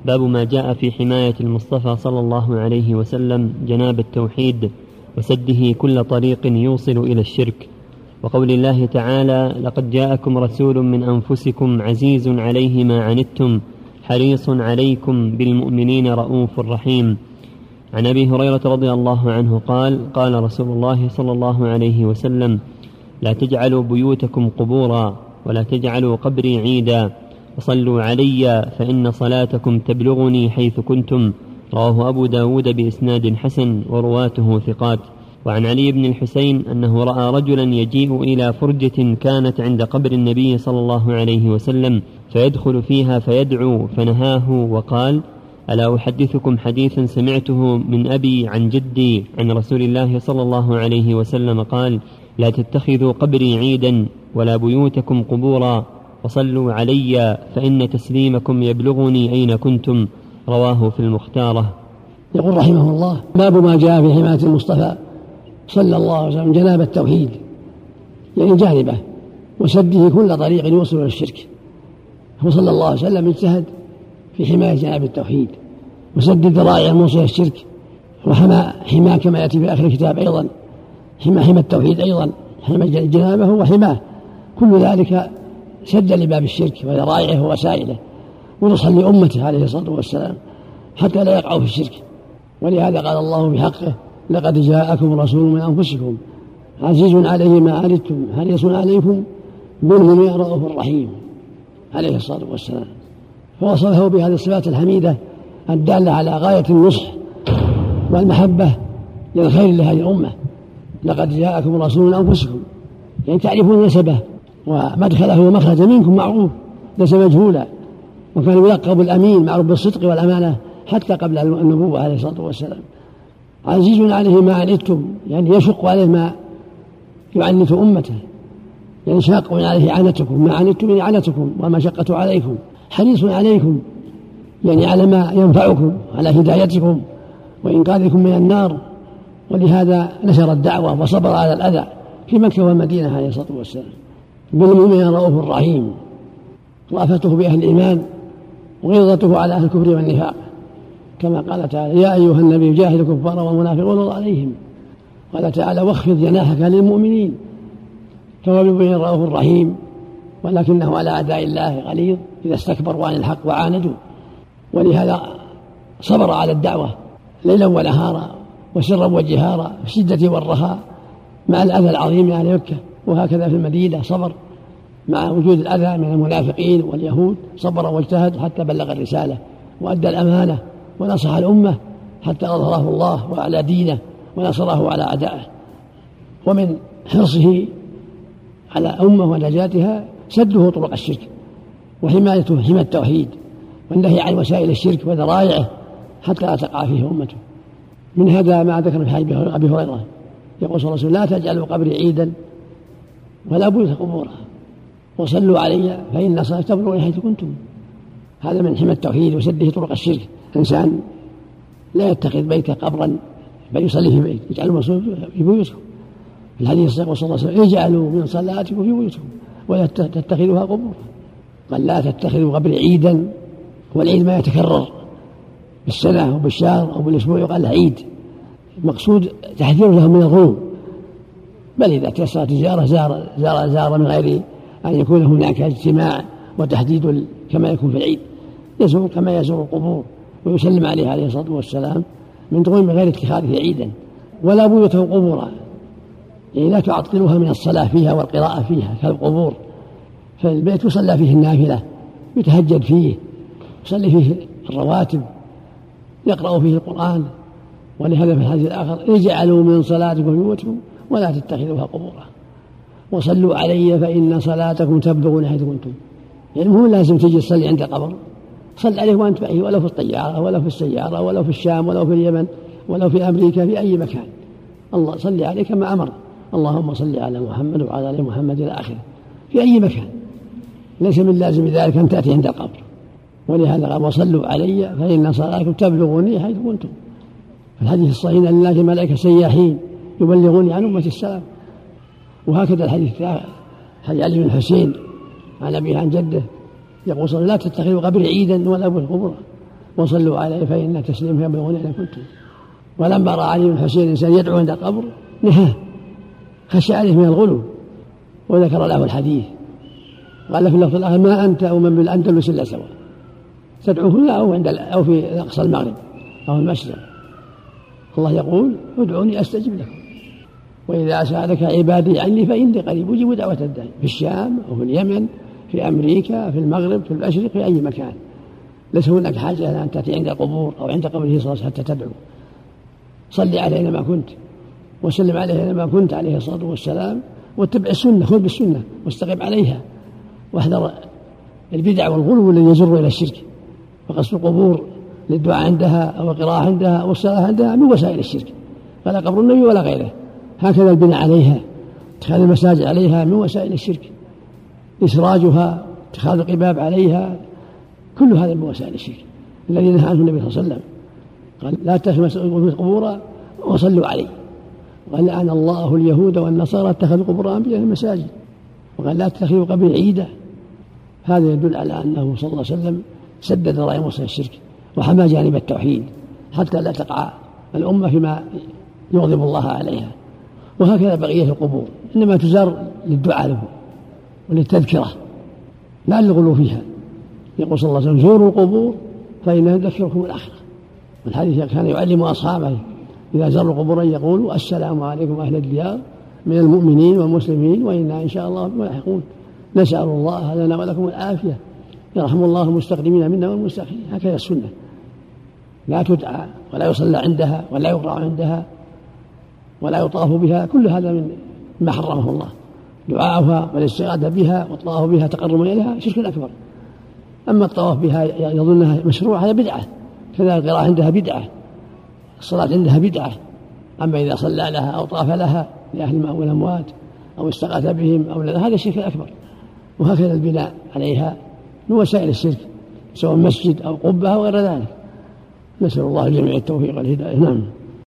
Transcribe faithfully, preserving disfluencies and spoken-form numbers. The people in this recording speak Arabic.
باب ما جاء في حماية المصطفى صلى الله عليه وسلم جناب التوحيد وسده كل طريق يوصل إلى الشرك، وقول الله تعالى: لقد جاءكم رسول من أنفسكم عزيز عليه ما عنتم حريص عليكم بالمؤمنين رؤوف رحيم. عن أبي هريرة رضي الله عنه قال: قال رسول الله صلى الله عليه وسلم: لا تجعلوا بيوتكم قبورا ولا تجعلوا قبري عيدا وصلوا علي فإن صلاتكم تبلغني حيث كنتم. رواه أبو داود بإسناد حسن ورواته ثقات. وعن علي بن الحسين أنه رأى رجلا يجيء إلى فرجة كانت عند قبر النبي صلى الله عليه وسلم فيدخل فيها فيدعو، فنهاه وقال: ألا أحدثكم حديثا سمعته من أبي عن جدي عن رسول الله صلى الله عليه وسلم قال: لا تتخذوا قبري عيدا ولا بيوتكم قبورا وصلوا علي فإن تسليمكم يبلغني أين كنتم. رواه في المختارة. يقول رحمه الله: باب ما جاء في حماية المصطفى صلى الله عليه وسلم جناب التوحيد، يعني جانبه، وسده كل طريق يوصل إلى الشرك. وصلى الله عليه وسلم اجتهد في حماية جناب التوحيد وسد الذرائع الموصلة إلى الشرك، وحمى حماه كما يأتي في آخر الكتاب أيضا، حمى حمى التوحيد أيضا، حمى جنابه وحماه، كل ذلك سد لباب الشرك وذرائعه ووسائله، ونصح لأمته عليه الصلاة والسلام حتى لا يقعوا في الشرك. ولهذا قال الله بحقه: لقد جاءكم رسول من أنفسكم عزيز عليه ما عنتم حريص عليكم بالمؤمنين رؤوف رحيم عليه الصلاة والسلام. فوصفه بهذه الصفات الحميدة الدالة على غاية النصح والمحبة للخير لهذه الأمة. لقد جاءكم رسول من أنفسكم، يعني تعرفون نسبه ومدخله ومخرجه منكم معروف ليس مجهولا، وكان يلقب الأمين معروف بالصدق والأمانة حتى قبل النبوة عليه الصلاة والسلام. عزيز عليه ما عنتم، يعني يشق عليه ما يعنت أمته، يعني شاق عليه عنتكم، ما عنتم يعني عنتكم وما شقت عليكم. حريص عليكم يعني على ما ينفعكم، على هدايتكم وإنقاذكم من النار. ولهذا نشر الدعوة وصبر على الأذى في مكة والمدينة عليه الصلاة والسلام. بالمؤمنين رؤوف رحيم، رأفته بأهل الإيمان وغيظته على أهل الكفر والنفاق، كما قال تعالى: يا أيها النبي جاهد الكفار والمنافقين واغلظ عليهم. قال تعالى: واخفض جناحك للمؤمنين. فهو بالمؤمنين رؤوف رحيم، ولكنه على أعداء الله غليظ إذا استكبروا عن الحق وعاندوا. ولهذا صبر على الدعوة ليلا ونهارا وسرا وجهارا في الشدة والرخاء مع الأذى العظيم على مكة، وهكذا في المدينة صبر مع وجود الأذى من المنافقين واليهود، صبر واجتهد حتى بلغ الرسالة وأدى الأمانة ونصح الأمة حتى أظهره الله وعلى دينه ونصره على أعدائه. ومن حرصه على أمة ونجاتها سده طرق الشرك وحمايته حمى التوحيد والنهي عن وسائل الشرك وذرائعه حتى لا تقع فيه أمته. من هذا ما ذكر في حديث أبي هريرة يقول صلى الله عليه وسلم: لا تجعلوا قبري عيدا ولا بيوت قبورا وصلوا علي فإن صلاتي تبلغني حيث كنتم. هذا من حمى التوحيد وسده طرق الشرك. الإنسان لا يتخذ بيته قبرا بل يصلي في بيت، يجعلوا في بيوتكم. في الحديث الصحيح صلى الله عليه وسلم: اجعلوا من صلاتكم في بيوتكم ولا تتخذوها قبورا. قال: لا تتخذوا قبري عيدا، والعيد ما يتكرر بالسنة أو بالشهر أو بالأسبوع يقال له عيد، المقصود تحذير لهم من الظلم. بل إذا تيسرت زيارة زار زار زار من غير أن يكون هناك اجتماع وتحديد كما يكون في العيد، يزور كما يزور القبور ويسلم عليه عليه الصلاة والسلام من دون غير اتخاذه عيدا. ولا بيوته قبورا، يعني لا تعطلوها من الصلاة فيها والقراءة فيها كالقبور. فالبيت يصلى فيه النافلة، يتهجد فيه، يصلي فيه الرواتب، يقرأ فيه القرآن. ولهذا في الحديث الآخر: اجعلوا من صلاتكم في بيوتكم ولا تتخذوها قبورا وصلوا علي فإن صلاتكم تبلغني حيث كنتم. يعني مو لازم تجي تصلي عند قبر، صل عليه وأنت بعيد، ولو في الطيارة ولو في السيارة ولو في الشام ولو في اليمن ولو في أمريكا، في أي مكان الله صلي عليه كما أمر: اللهم صل على محمد وعلى آل محمد إلى آخره، في أي مكان. ليس من لازم ذلك أن تأتي عند القبر. ولهذا قال: وصلوا علي فإن صلاتكم تبلغني حيث كنتم. في الحديث الصحيح: أن لله ملائكة سياحين يبلغوني عن أمة السلام. وهكذا الحديث حديث علي بن الحسين عن أبيه عن جده يقول: لا تتخذوا قبري عيدا ولا بيوت قبورا وصلوا عليه فإن تسليمهم يبلغون إلى كنتم. ولما رأى علي بن الحسين الإنسان يدعو عند قبر نهاه، خشى عليه من الغلو وذكر له الحديث. قال في اللفظ الآخر ما أنت أو من بالأندلس إلا سواء، تدعو هنا أو عند أو في أقصى المغرب أو المشرق. الله يقول ادعوني أستجب لكم، وإذا سألك عبادي عني فإني قريب أجيب دعوة الداعي، في الشام أو في اليمن في أمريكا في المغرب في المشرق في أي مكان. ليس هناك حاجة إلى أن تأتي عند القبور أو عند قبره صلى الله عليه وسلم حتى تدعو. صلي عليه أينما كنت وسلم عليه أينما كنت عليه الصلاة والسلام، واتبع السنة، خذ بالسنة واستقم عليها، واحذر البدع والغلو الذي يجر إلى الشرك. وقصد القبور للدعاء عندها أو القراءة عندها أو الصلاة عندها من وسائل الشرك، فلا قبر النبي ولا غيره. هكذا البناء عليها، اتخاذ المساجد عليها من وسائل الشرك، إسراجها، اتخاذ القباب عليها، كل هذا من وسائل الشرك الذي نهى عنه النبي صلى الله عليه وسلم. قال لا تتخذوا القبور وصلوا عليه. وقال لعن الله اليهود والنصارى اتخذوا قبور أنبيائهم مساجد. وقال لا تتخذوا قبر عيدا. هذا يدل على أنه صلى الله عليه وسلم سدد رأي وصل الشرك وحمى جانب التوحيد حتى لا تقع الأمة فيما يغضب الله عليها. وهكذا بقية القبور إنما تزار للدعاء له وللتذكرة لا للغلو فيها. يقول صلى الله عليه وسلم زوروا القبور فإنها تذكركم الآخرة. والحديث كان يعلم أصحابه إذا زاروا القبور يقولوا السلام عليكم أهل الديار من المؤمنين والمسلمين وإنا إن شاء الله ملاحقون، نسأل الله لنا ولكم العافية، يرحم الله المستقدمين منا والمستأخرين. هكذا السنة، لا تدعى ولا يصلى عندها ولا يقرأ عندها ولا يطاف بها، كل هذا من ما حرمه الله. دعاؤها والاستغاثة بها والطواف بها تقرب إليها شرك أكبر. أما الطواف بها يظنها مشروع هذا بدعة، كذا القراءة عندها بدعة، الصلاة عندها بدعة. أما إذا صلى لها أو طاف لها لأهل الماء والأموات أو استغاث بهم أو لا، هذا شرك أكبر. وهكذا البناء عليها من وسائل الشرك سواء مسجد أو قبة أو غير ذلك. نسأل الله الجميع التوفيق والهداية. نعم.